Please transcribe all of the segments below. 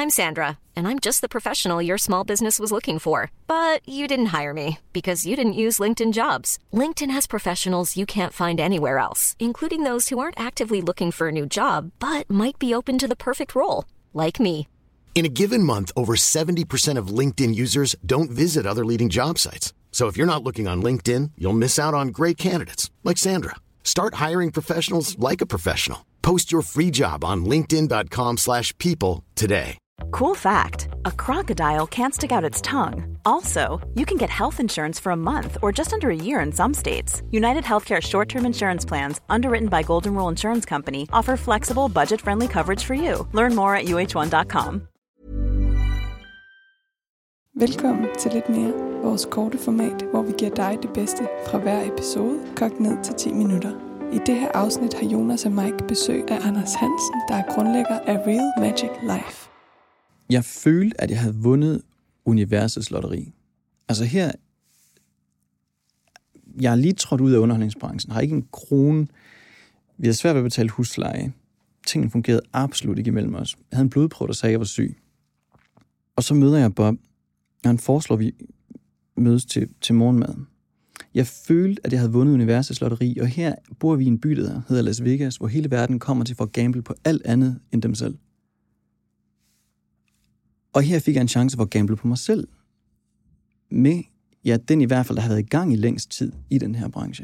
I'm Sandra, and I'm just the professional your small business was looking for. But you didn't hire me because you didn't use LinkedIn Jobs. LinkedIn has professionals you can't find anywhere else, including those who aren't actively looking for a new job, but might be open to the perfect role, like me. In a given month, over 70% of LinkedIn users don't visit other leading job sites. So if you're not looking on LinkedIn, you'll miss out on great candidates like Sandra. Start hiring professionals like a professional. Post your free job on linkedin.com/people today. Cool fact, a crocodile can't stick out its tongue. Also, you can get health insurance for a month or just under a year in some states. United Healthcare short-term insurance plans, underwritten by Golden Rule Insurance Company, offer flexible, budget-friendly coverage for you. Learn more at uh1.com. Velkommen til Lidt Mere, vores korte format, hvor vi giver dig det bedste fra hver episode, kogt ned til 10 minutter. I det her afsnit har Jonas og Mike besøg af Anders Hansen, der er grundlægger af Real Magic Life. Jeg følte, at jeg havde vundet universets lotteri. Altså her, jeg er lige trådt ud af underholdningsbranchen, har ikke en krone. Vi havde svært ved at betale husleje. Tingene fungerede absolut ikke imellem os. Jeg havde en blodprøve, der sagde, at jeg var syg. Og så møder jeg Bob, og han foreslår, at vi mødes til morgenmad. Jeg følte, at jeg havde vundet universets lotteri, og her bor vi i en by, der hedder Las Vegas, hvor hele verden kommer til for at gamble på alt andet end dem selv. Og her fik jeg en chance for at gamble på mig selv. Med, ja, den i hvert fald, der har været i gang i længst tid i den her branche.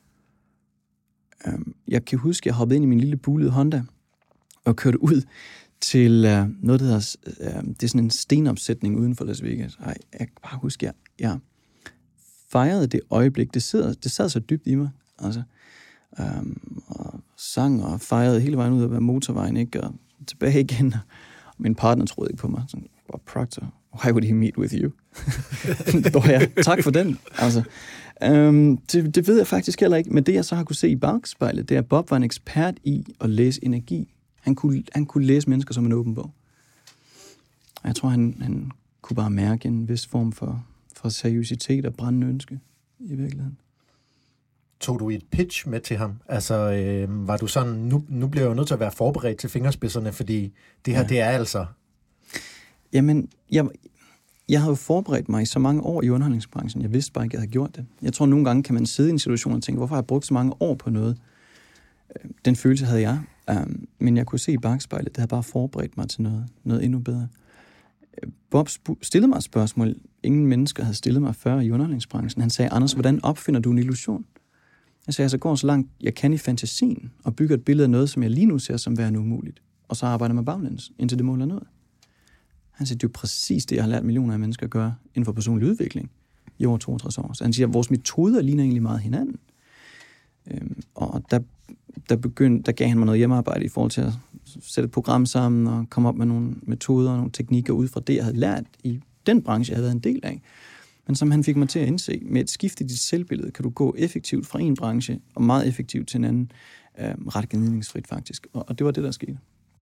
Jeg kan huske, at jeg hoppede ind i min lille bulede Honda og kørte ud til noget, der hedder, det er sådan en stenopsætning uden for Las Vegas. Ej, jeg kan bare huske, jeg fejrede det øjeblik. Det sad så dybt i mig. Altså, og sang og fejrede hele vejen ud af motorvejen, ikke? Og tilbage igen. Og min partner troede ikke på mig. Sådan, Proctor, why would he meet with you? Tak for den. Altså, det ved jeg faktisk heller ikke. Men det, jeg så har kunne se i bagspejlet, det er, at Bob var en ekspert i at læse energi. Han kunne læse mennesker som en åben bog. Og jeg tror, han kunne bare mærke en vis form for seriøsitet og brændende ønske i virkeligheden. Tog du et pitch med til ham? Altså, var du sådan, nu bliver jeg jo nødt til at være forberedt til fingerspidserne, fordi det her, det er altså... Jamen, jeg havde jo forberedt mig i så mange år i underholdningsbranchen. Jeg vidste bare ikke, at jeg havde gjort det. Jeg tror, nogle gange kan man sidde i en situation og tænke, hvorfor har jeg brugt så mange år på noget? Den følelse havde jeg. Men jeg kunne se i bagspejlet, det havde bare forberedt mig til noget endnu bedre. Bob stillede mig et spørgsmål, ingen mennesker havde stillet mig før i underholdningsbranchen. Han sagde, Anders, hvordan opfinder du en illusion? Jeg sagde, jeg går så langt, jeg kan i fantasien, og bygger et billede af noget, som jeg lige nu ser som værende umuligt. Og så arbejder man baglæns, indtil det måler noget. Han siger, det er jo præcis det, jeg har lært millioner af mennesker at gøre inden for personlig udvikling i over 62 år. Så han siger, at vores metoder ligner egentlig meget hinanden. Og der gav han mig noget hjemmearbejde i forhold til at sætte et program sammen og komme op med nogle metoder og nogle teknikker ud fra det, jeg havde lært i den branche, jeg havde været en del af. Men som han fik mig til at indse, med et skift i dit selvbillede, kan du gå effektivt fra en branche og meget effektivt til en anden, ret gnidningsfrit faktisk. Og det var det, der skete.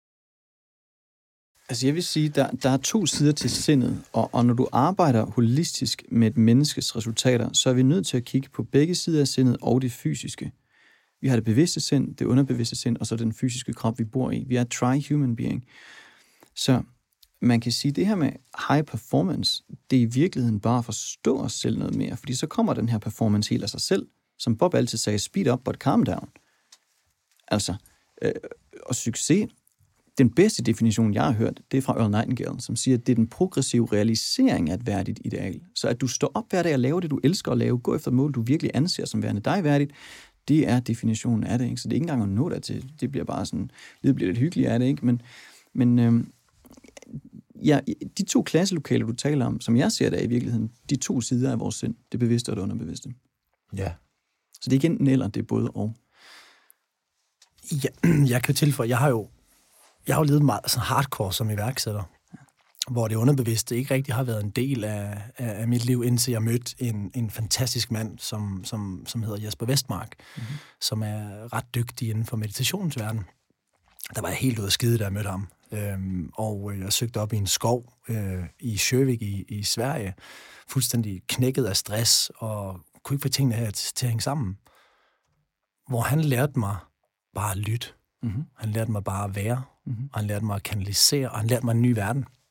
Altså jeg vil sige, der er to sider til sindet, og når du arbejder holistisk med et menneskes resultater, så er vi nødt til at kigge på begge sider af sindet og det fysiske. Vi har det bevidste sind, det underbevidste sind, og så den fysiske krop, vi bor i. Vi er tri-human being. Så man kan sige, at det her med high performance, det er i virkeligheden bare at forstå os selv noget mere, fordi så kommer den her performance helt af sig selv. Som Bob altid sagde, speed up, but calm down. Altså, og succes, den bedste definition, jeg har hørt, det er fra Earl Nightingale, som siger, at det er den progressive realisering af et værdigt ideal. Så at du står op hver dag og laver det, du elsker at lave, gå efter mål, du virkelig anser som værende dig værdigt, det er definitionen af det, ikke? Så det er ikke engang at nå dertil. Det bliver bare sådan, det bliver lidt hyggeligt af det, ikke? Men ja, de to klasselokaler, du taler om, som jeg ser det i virkeligheden, de to sider af vores sind, det bevidste og det underbevidste. Ja. Så det er ikke enten eller, det er både og. Ja, jeg kan jo tilføje, jeg har jo levet meget sådan hardcore som iværksætter, hvor det underbevidste ikke rigtig har været en del af mit liv, indtil jeg mødte en fantastisk mand, som hedder Jesper Vestmark, som er ret dygtig inden for meditationsverdenen. Der var jeg helt ude af skide, da jeg mødte ham. Og jeg søgte op i en skov i Sjøvik i Sverige, fuldstændig knækket af stress, og kunne ikke få tingene her til at hænge sammen. Hvor han lærte mig bare at lytte. Han lærte mig bare at være, og han lærte mig at kanalisere, og han lærte mig en ny verden.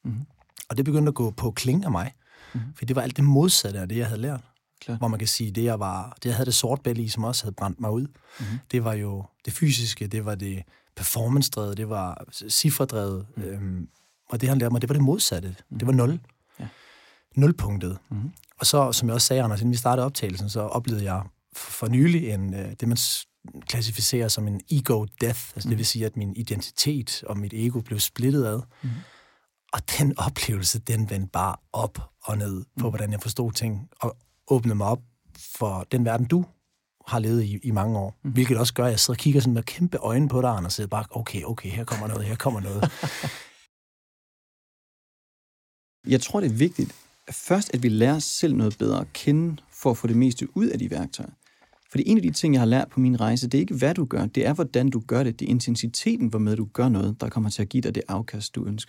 Og det begyndte at gå på kling af mig. For det var alt det modsatte af det, jeg havde lært. Klar. Hvor man kan sige, det jeg havde det sortbælte i, som også havde brændt mig ud. Det var jo det fysiske, det var det performance-drevet, det var cifredrevet. Og det han lærte mig, det var det modsatte. Det var 0. Ja. 0-punktet. Og så, som jeg også sagde, Anders, inden vi startede optagelsen, så oplevede jeg for nylig det man klassificerer som en ego-death. Altså det vil sige, at min identitet og mit ego blev splittet ad. Og den oplevelse, den vendte bare op og ned på, hvordan jeg forstod ting, og åbnede mig op for den verden, du har levet i mange år. Hvilket også gør, at jeg sidder og kigger sådan med kæmpe øjne på dig, og sidder bare, okay, her kommer noget. Jeg tror, det er vigtigt, først at vi lærer os selv noget bedre at kende, for at få det meste ud af de værktøjer. Fordi en af de ting, jeg har lært på min rejse, det er ikke, hvad du gør, det er, hvordan du gør det. Det er intensiteten, hvormed du gør noget, der kommer til at give dig det afkast, du ønsker.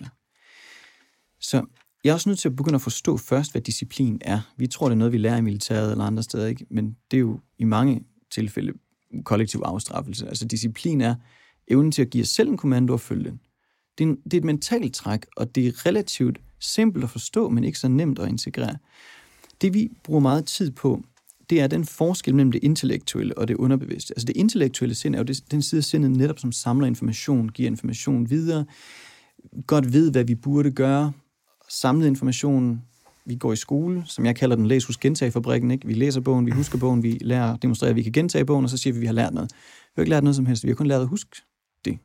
Så jeg er også nødt til at begynde at forstå først, hvad disciplin er. Vi tror, det er noget, vi lærer i militæret eller andre steder, ikke? Men det er jo i mange tilfælde kollektiv afstraffelse. Altså disciplin er evnen til at give os selv en kommando og følge den. Det er et mentalt træk, og det er relativt simpelt at forstå, men ikke så nemt at integrere. Det vi bruger meget tid på, det er den forskel mellem det intellektuelle og det underbevidste. Altså det intellektuelle sind er jo den side af sindet netop, som samler information, giver information videre, godt ved, hvad vi burde gøre, samlet information. Vi går i skole, som jeg kalder den læs, husk, gentag-fabrikken, ikke? Vi læser bogen, vi husker bogen, vi lærer at demonstrere, at vi kan gentage bogen, og så siger vi, at vi har lært noget. Vi har ikke lært noget som helst, vi har kun lært at huske det.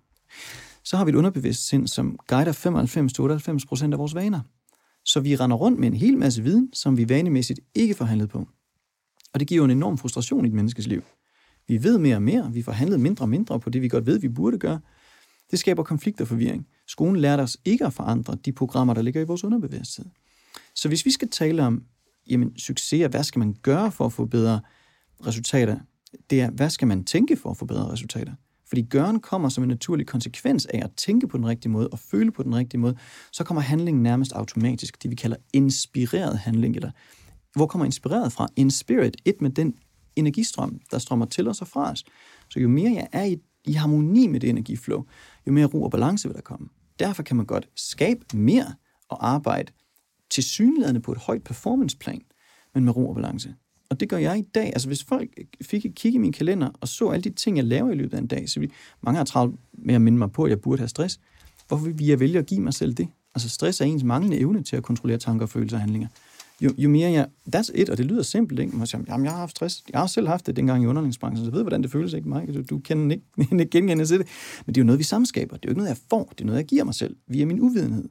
Så har vi et underbevidst sind, som guider 95-98% af vores vaner. Så vi render rundt med en hel masse viden, som vi vanemæssigt ikke får handlet på. Og det giver jo en enorm frustration i et menneskes liv. Vi ved mere og mere, vi får handlet mindre og mindre på det, vi godt ved, vi burde gøre. Det skaber konflikt og forvirring. Skolen lærte os ikke at forandre de programmer, der ligger i vores underbevidsthed. Så hvis vi skal tale om succes, hvad skal man gøre for at få bedre resultater, det er, hvad skal man tænke for at få bedre resultater? Fordi gøren kommer som en naturlig konsekvens af at tænke på den rigtige måde og føle på den rigtige måde, så kommer handlingen nærmest automatisk, det vi kalder inspireret handling, eller hvor kommer inspireret fra? In spirit, et med den energistrøm, der strømmer til os og fra os. Så jo mere jeg er i harmoni med det energiflow, jo mere ro og balance vil der komme. Derfor kan man godt skabe mere og arbejde tilsyneladende på et højt performanceplan, men med ro og balance. Og det gør jeg i dag. Altså hvis folk fik et kig i min kalender og så alle de ting, jeg laver i løbet af en dag, så mange har travlt med at minde mig på, at jeg burde have stress. Hvorfor vil jeg vælge at give mig selv det? Altså stress er ens manglende evne til at kontrollere tanker, følelser og handlinger. Jo mere jeg... That's it, og det lyder simpelt, ikke? Man siger, jamen, jeg har haft stress. Jeg har selv haft det dengang i underholdningsbranchen, så jeg ved, hvordan det føles, ikke mig? Du kender ikke genkende til det. Men det er jo noget, vi samskaber. Det er jo ikke noget, jeg får. Det er noget, jeg giver mig selv via min uvidenhed.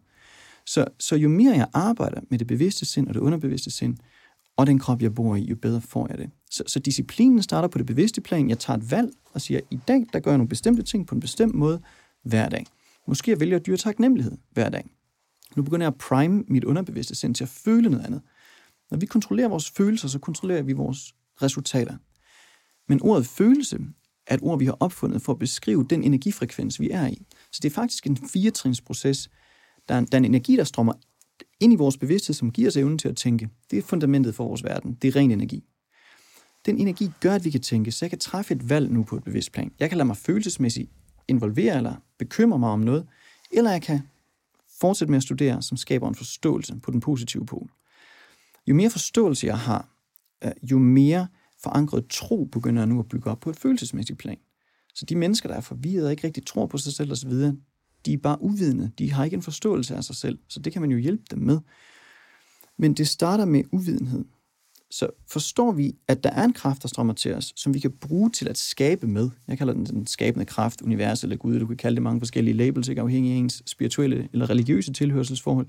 Så jo mere jeg arbejder med det bevidste sind og det underbevidste sind, og den krop, jeg bor i, jo bedre får jeg det. Så disciplinen starter på det bevidste plan. Jeg tager et valg og siger, i dag, der gør jeg nogle bestemte ting på en bestemt måde hver dag. Måske jeg vælger at dyre taknemmelighed hver dag. Nu begynder jeg at prime mit underbevidste sind til at føle noget andet. Når vi kontrollerer vores følelser, så kontrollerer vi vores resultater. Men ordet følelse er et ord, vi har opfundet for at beskrive den energifrekvens, vi er i. Så det er faktisk en 4-trinsproces. Der er en energi, der strømmer ind i vores bevidsthed, som giver os evnen til at tænke. Det er fundamentet for vores verden. Det er ren energi. Den energi gør, at vi kan tænke, så jeg kan træffe et valg nu på et bevidst plan. Jeg kan lade mig følelsesmæssigt involvere eller bekymre mig om noget, eller jeg kan fortsætte med at studere, som skaber en forståelse på den positive pol. Jo mere forståelse jeg har, jo mere forankret tro begynder jeg nu at bygge op på et følelsesmæssigt plan. Så de mennesker, der er forvirrede og ikke rigtig tror på sig selv osv., de er bare uvidende. De har ikke en forståelse af sig selv, så det kan man jo hjælpe dem med. Men det starter med uvidenhed. Så forstår vi, at der er en kraft, der strømmer til os, som vi kan bruge til at skabe med. Jeg kalder den skabende kraft, univers eller Gud. Du kan kalde det mange forskellige labels, ikke afhængig af ens spirituelle eller religiøse tilhørselsforhold.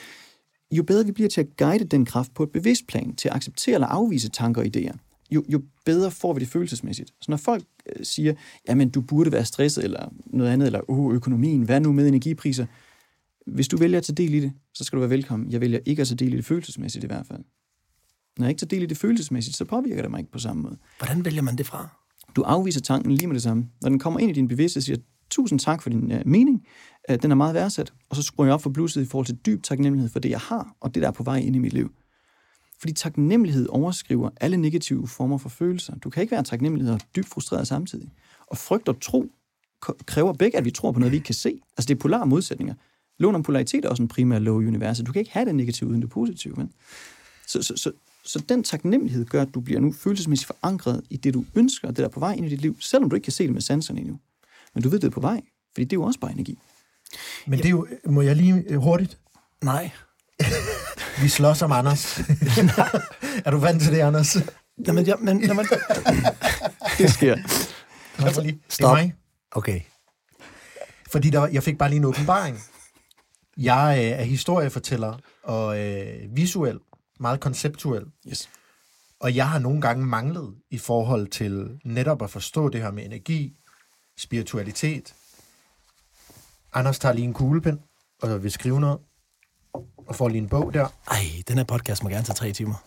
Jo bedre vi bliver til at guide den kraft på et bevidst plan, til at acceptere eller afvise tanker og idéer, jo bedre får vi det følelsesmæssigt. Så når folk siger, jamen du burde være stresset, eller noget andet, eller økonomien, hvad nu med energipriser? Hvis du vælger at tage del i det, så skal du være velkommen. Jeg vælger ikke at tage del i det følelsesmæssigt i hvert fald. Når jeg ikke tager del i det følelsesmæssigt, så påvirker det mig ikke på samme måde. Hvordan vælger man det fra? Du afviser tanken lige med det samme. Når den kommer ind i din bevidsthed og siger, tusind tak for din mening, den er meget værdsat, og så skruer jeg op for blusset i forhold til dyb taknemmelighed for det, jeg har, og det, der er på vej ind i mit liv. Fordi taknemmelighed overskriver alle negative former for følelser. Du kan ikke være taknemmelighed og dybt frustreret samtidig. Og frygt og tro kræver begge, at vi tror på noget, vi ikke kan se. Altså det er polare modsætninger. Loven om polaritet er også en primær lov i universet. Du kan ikke have det negative uden det positive. Men. Så den taknemmelighed gør, at du bliver nu følelsesmæssigt forankret i det, du ønsker, og det der er på vej ind i dit liv, selvom du ikke kan se det med sanserne endnu. Men du ved, det er på vej, fordi det er jo også bare energi. Men det er jo, må jeg lige hurtigt? Nej. Vi slås om Anders. Er du vant til det, Anders? Jamen, det sker. Stop. Okay. Fordi jeg fik bare lige en åbenbaring. Jeg er historiefortæller og visuel, meget konceptuel. Yes. Og jeg har nogle gange manglet i forhold til netop at forstå det her med energi, spiritualitet. Anders tager lige en kuglepen og vil skrive noget, og får lige en bog der. Ej, den her podcast må gerne tage 3 timer.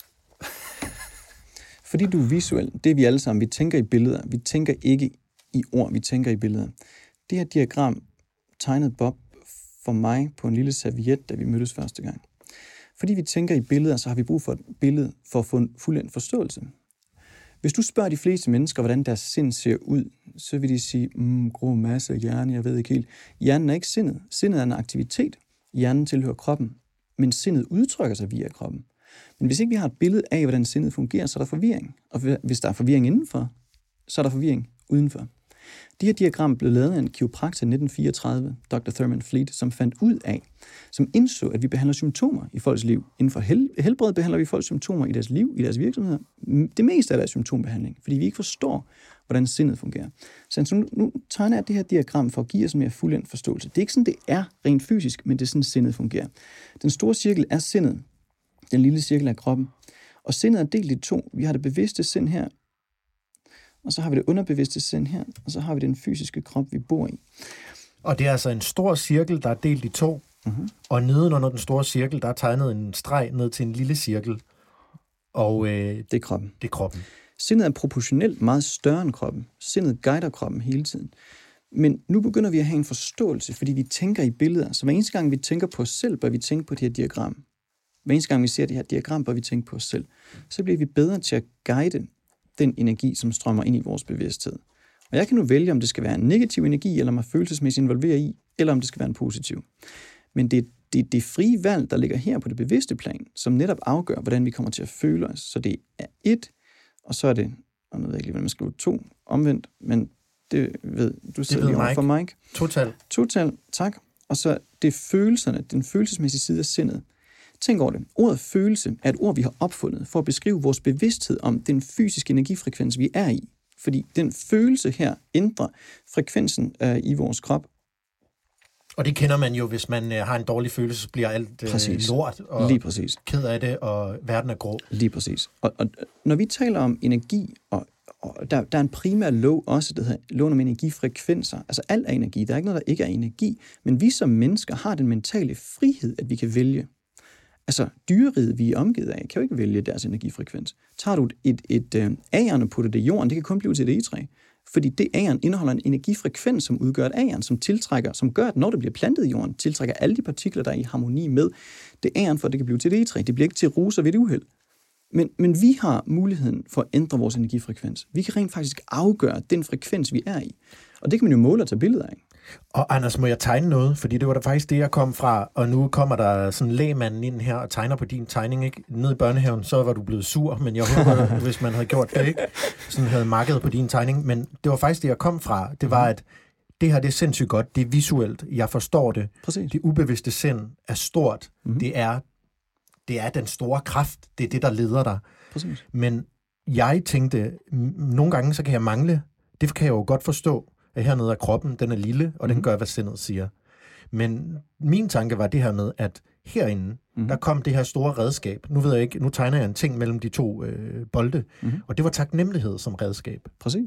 Fordi du er visuel, det er vi alle sammen. Vi tænker i billeder. Vi tænker ikke i ord, vi tænker i billeder. Det her diagram tegnede Bob for mig på en lille serviet, da vi mødtes første gang. Fordi vi tænker i billeder, så har vi brug for et billede for at få en fuldendt forståelse. Hvis du spørger de fleste mennesker, hvordan deres sind ser ud, så vil de sige, grå masse af hjerne, jeg ved ikke helt. Hjernen er ikke sindet. Sindet er en aktivitet. Hjernen tilhører kroppen, men sindet udtrykker sig via kroppen. Men hvis ikke vi har et billede af, hvordan sindet fungerer, så er der forvirring. Og hvis der er forvirring indenfor, så er der forvirring udenfor. De her diagram blev lavet af en kiropraktor i 1934, Dr. Thurman Fleet, som fandt ud af, som indså, at vi behandler symptomer i folks liv. Inden for helbred behandler vi folks symptomer i deres liv, i deres virksomheder. Det meste af deres symptombehandling, fordi vi ikke forstår, hvordan sindet fungerer. Så nu tegner jeg det her diagram for at give os en mere fuldendt forståelse. Det er ikke sådan, det er rent fysisk, men det er sådan, sindet fungerer. Den store cirkel er sindet. Den lille cirkel er kroppen. Og sindet er delt i 2. Vi har det bevidste sind her, og så har vi det underbevidste sind her, og så har vi den fysiske krop, vi bor i. Og det er altså en stor cirkel, der er delt i 2, og nedenunder den store cirkel, der er tegnet en streg ned til en lille cirkel, og det er kroppen. Det er kroppen. Sindet er proportionelt meget større end kroppen. Sindet guider kroppen hele tiden. Men nu begynder vi at have en forståelse, fordi vi tænker i billeder. Så hver eneste gang vi tænker på os selv, bør vi tænke på det her diagram. Hver eneste gang vi ser det her diagram, bør vi tænke på os selv. Så bliver vi bedre til at guide den energi, som strømmer ind i vores bevidsthed. Og jeg kan nu vælge, om det skal være en negativ energi, eller mig følelsesmæssigt involvere i, eller om det skal være en positiv. Men det er det frie valg, der ligger her på det bevidste plan, som netop afgør, hvordan vi kommer til at føle os. Så det er 1, og så er det, og nu ved jeg ikke lige, hvordan man skriver 2, omvendt, men det ved du selv lige over for Mike. Total, tak. Og så det er følelserne, den følelsesmæssige side af sindet. Tænk over det. Ordet følelse er et ord, vi har opfundet for at beskrive vores bevidsthed om den fysiske energifrekvens, vi er i. Fordi den følelse her ændrer frekvensen i vores krop. Og det kender man jo, hvis man har en dårlig følelse, så bliver alt lort og lige præcis. Ked af det, og verden er grå. Lige præcis. Og når vi taler om energi, og der er en primær lov også, der hedder loven om energifrekvenser. Altså alt er energi. Der er ikke noget, der ikke er energi. Men vi som mennesker har den mentale frihed, at vi kan vælge. Altså, dyreriget, vi er omgivet af, kan jo ikke vælge deres energifrekvens. Tager du et agern og putter det i jorden, det kan kun blive til et egetræ. Fordi det agern indeholder en energifrekvens, som udgør et agern, som gør, at når det bliver plantet i jorden, tiltrækker alle de partikler, der er i harmoni med det agern, for at det kan blive til et egetræ. Det bliver ikke til roser ved et uheld. Men vi har muligheden for at ændre vores energifrekvens. Vi kan rent faktisk afgøre den frekvens, vi er i. Og det kan man jo måle og tage billeder af. Og Anders, må jeg tegne noget? Fordi det var da faktisk det, jeg kom fra, og nu kommer der sådan lægmanden ind her og tegner på din tegning, ikke? Nede i børnehaven, så var du blevet sur, men jeg håber, hvis man havde gjort det, ikke? Sådan havde makket på din tegning. Men det var faktisk det, jeg kom fra. Det var, at det her, det er sindssygt godt. Det er visuelt. Jeg forstår det. Præcis. Det ubevidste sind er stort. Det er den store kraft. Det er det, der leder dig. Præcis. Men jeg tænkte, nogle gange, så kan jeg mangle. Det kan jeg jo godt forstå. Hernede af kroppen, den er lille, og den gør, hvad sindet siger. Men min tanke var det her med, at herinde, der kom det her store redskab. Nu ved jeg ikke, nu tegner jeg en ting mellem de 2 bolde, og det var taknemmelighed som redskab. Præcis.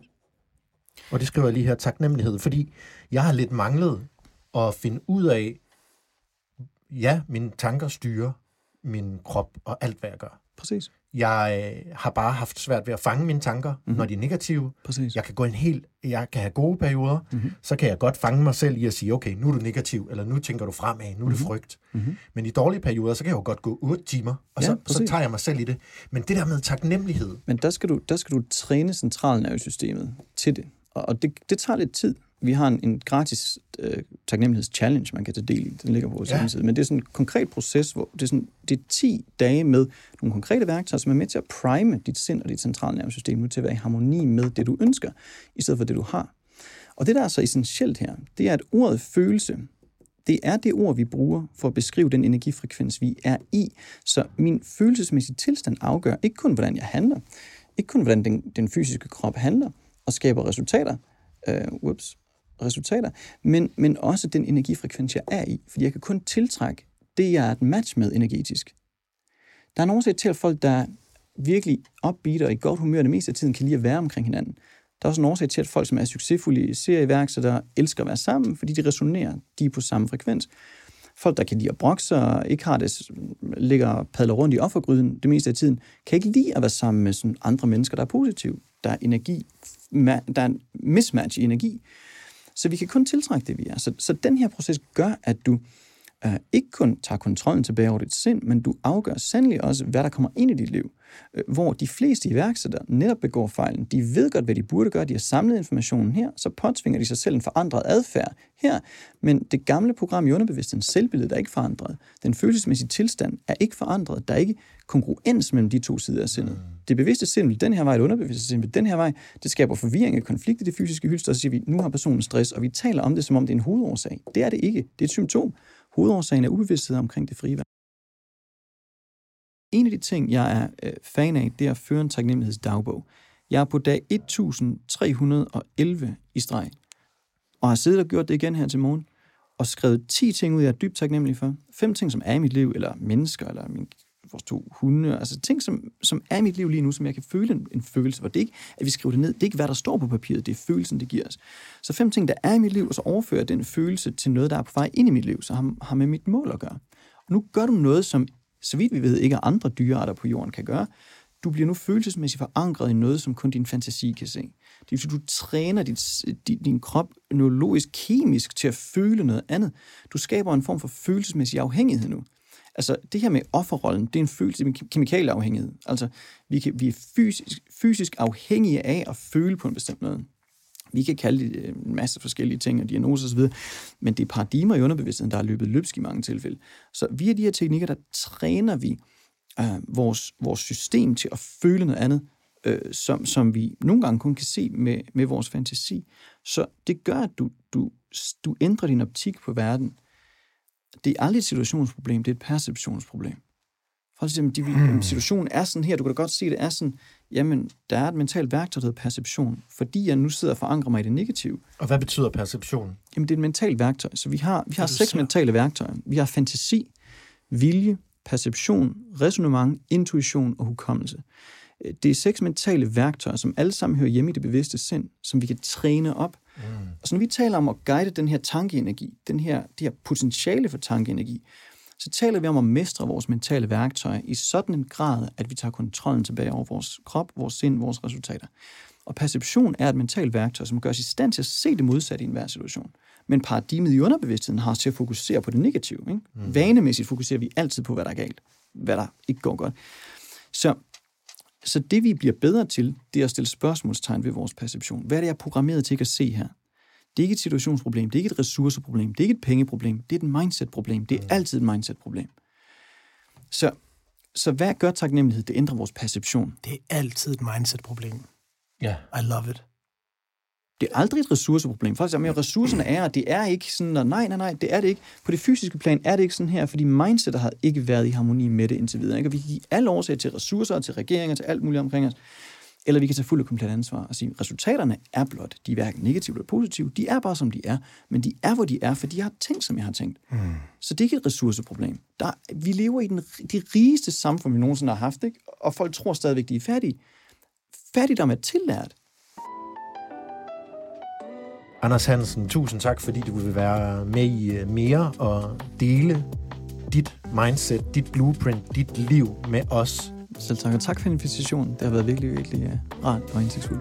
Og det skriver jeg lige her, taknemmelighed, fordi jeg har lidt manglet at finde ud af, ja, mine tanker styrer min krop og alt, hvad jeg gør. Præcis. Jeg har bare haft svært ved at fange mine tanker, når de er negative. Præcis. Jeg kan have gode perioder, så kan jeg godt fange mig selv i at sige, okay, nu er du negativ, eller nu tænker du fremad, nu er det frygt. Men i dårlige perioder, så kan jeg jo godt gå 8 timer, og så tager jeg mig selv i det. Men det der med taknemmelighed... Men der skal du træne centralnervesystemet til det. Og det tager lidt tid. vi har en gratis taknemmeligheds-challenge, man kan tage del i. Den ligger på vores hjemmeside. Men det er sådan en konkret proces, hvor det er 10 dage med nogle konkrete værktøjer, som er med til at prime dit sind og dit centralnervesystem nu til at være i harmoni med det, du ønsker, i stedet for det, du har. Og det, der er så essentielt her, det er, at ordet følelse, det er det ord, vi bruger for at beskrive den energifrekvens, vi er i. Så min følelsesmæssige tilstand afgør ikke kun, hvordan jeg handler, ikke kun, hvordan den fysiske krop handler og skaber resultater, men også den energifrekvens, jeg er i. Fordi jeg kan kun tiltrække det, jeg er et match med energetisk. Der er en årsag til, at folk, der virkelig upbeat og i godt humør det meste af tiden, kan lide at være omkring hinanden. Der er også en årsag til, at folk, som er succesfulde serieværksættere, elsker at være sammen, fordi de resonerer, de er på samme frekvens. Folk, der kan lide at brokse og ikke har det, ligger og padler rundt i offergryden det meste af tiden, kan ikke lide at være sammen med sådan andre mennesker, der er positive. Der er energi, der er en mismatch i energi. Så vi kan kun tiltrække det, vi er. Så den her proces gør, at du ikke kun tager kontrollen tilbage over dit sind, men du afgør sandelig også, hvad der kommer ind i dit liv. Hvor de fleste iværksættere netop begår fejlen. De ved godt, hvad de burde gøre. De har samlet informationen her, så påtvinger de sig selv en forandret adfærd her. Men det gamle program i underbevidstheden, selvbilledet, er ikke forandret. Den følelsesmæssige tilstand er ikke forandret. Der er ikke kongruens mellem de to sider af sindet. Det bevidste sind vil den her vej, det underbevidste sind vil den her vej. Det skaber forvirring og konflikt i det fysiske hylster, og så siger vi, nu har personen stress, og vi taler om det, som om det er en hovedårsag. Det er det ikke. Det er et symptom. Hovedårsagen er ubevidsthed omkring det frie valg. En af de ting, jeg er fan af, det er at føre en taknemmelighedsdagbog. Jeg er på dag 1311 i streg, og har siddet og gjort det igen her til morgen, og skrevet 10 ting ud, jeg er dybt taknemmelig for. 5 ting, som er i mit liv, eller mennesker, eller vores 2 hunde, altså ting, som er i mit liv lige nu, som jeg kan føle en følelse for. Det er ikke, at vi skriver det ned. Det er ikke, hvad der står på papiret. Det er følelsen, det giver os. Så 5 ting, der er i mit liv, og så overfører den følelse til noget, der er på vej ind i mit liv, så har med mit mål at gøre. Og nu gør du noget, som, så vidt vi ved, ikke andre dyrearter på jorden kan gøre. Du bliver nu følelsesmæssigt forankret i noget, som kun din fantasi kan se. Det vil sige, du træner din krop neurologisk, kemisk til at føle noget andet. Du skaber en form for følelsesmæssig afhængighed nu. Altså, det her med offerrollen, det er en følelse, en kemikalieafhængighed. Altså, vi er fysisk afhængige af at føle på en bestemt måde. Vi kan kalde det en masse forskellige ting og diagnoser osv., men det er paradigmer i underbevidstheden, der er løbet løbsk i mange tilfælde. Så via de her teknikker, der træner vi vores system til at føle noget andet, som vi nogle gange kun kan se med vores fantasi. Så det gør, at du ændrer din optik på verden. Det er aldrig et situationsproblem, det er et perceptionsproblem. For eksempel, situationen er sådan her, du kan da godt se, det er sådan, jamen, der er et mentalt værktøj, der hedder perception, fordi jeg nu sidder og forankrer mig i det negative. Og hvad betyder perception? Jamen, det er et mentalt værktøj, så vi har 6 mentale værktøjer. Vi har fantasi, vilje, perception, ræsonnement, intuition og hukommelse. Det er 6 mentale værktøjer, som alle sammen hører hjemme i det bevidste sind, som vi kan træne op. Og så når vi taler om at guide den her tankeenergi, det her potentiale for tankeenergi, så taler vi om at mestre vores mentale værktøjer i sådan en grad, at vi tager kontrollen tilbage over vores krop, vores sind, vores resultater. Og perception er et mentalt værktøj, som gør os i stand til at se det modsatte i enhver situation. Men paradigmet i underbevidstheden har os til at fokusere på det negative. Ikke? Vanemæssigt fokuserer vi altid på, hvad der er galt, hvad der ikke går godt. Så det, vi bliver bedre til, det er at stille spørgsmålstegn ved vores perception. Hvad er det, jeg er programmeret til at se her? Det er ikke et situationsproblem, det er ikke et ressourceproblem, det er ikke et pengeproblem, det er et mindsetproblem, det er altid et mindsetproblem. Så hvad gør taknemmelighed? Det ændrer vores perception. Det er altid et mindset-problem. Ja. I love it. Det er aldrig et ressourceproblem. Faktisk, at ressourcerne er, det er ikke sådan, nej, det er det ikke. På det fysiske plan er det ikke sådan her, fordi mindsetet har ikke været i harmoni med det indtil videre. Ikke? Og vi kan give alle årsager til ressourcer, til regeringer, til alt muligt omkring os. Eller vi kan tage fuld og komplet ansvar og sige, resultaterne er blot. De er hverken negative eller positive. De er bare, som de er. Men de er, hvor de er, for de har tænkt, som jeg har tænkt. Så det er ikke et ressourceproblem. Vi lever i det rigeste samfund, vi nogensinde har haft, ikke? Og folk tror stadigvæk, de er fattige. Fattigdom er tillært. Anders Hansen, tusind tak, fordi du vil være med i mere og dele dit mindset, dit blueprint, dit liv med os. Selv tak, og tak for invitationen. Det har været virkelig, virkelig rart og indsigtsfuldt.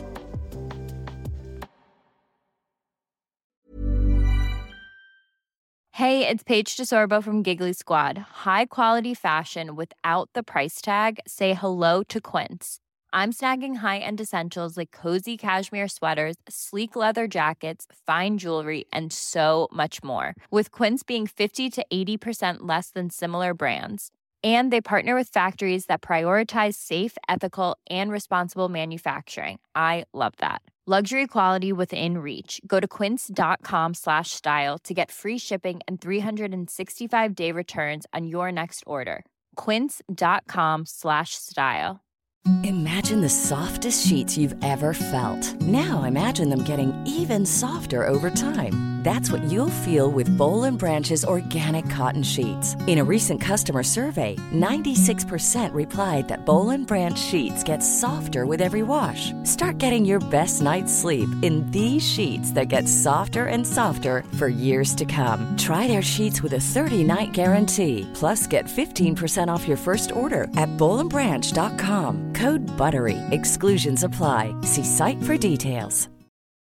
Hey, it's Paige DeSorbo from Giggly Squad. High quality fashion without the price tag. Say hello to Quince. I'm snagging high-end essentials like cozy cashmere sweaters, sleek leather jackets, fine jewelry, and so much more. With Quince being 50 to 80% less than similar brands. And they partner with factories that prioritize safe, ethical, and responsible manufacturing. I love that. Luxury quality within reach. Go to quince.com/style to get free shipping and 365-day returns on your next order. Quince.com/style. Imagine the softest sheets you've ever felt. Now imagine them getting even softer over time. That's what you'll feel with Boll & Branch's organic cotton sheets. In a recent customer survey, 96% replied that Boll & Branch sheets get softer with every wash. Start getting your best night's sleep in these sheets that get softer and softer for years to come. Try their sheets with a 30-night guarantee. Plus, get 15% off your first order at bollandbranch.com. Code BUTTERY. Exclusions apply. See site for details.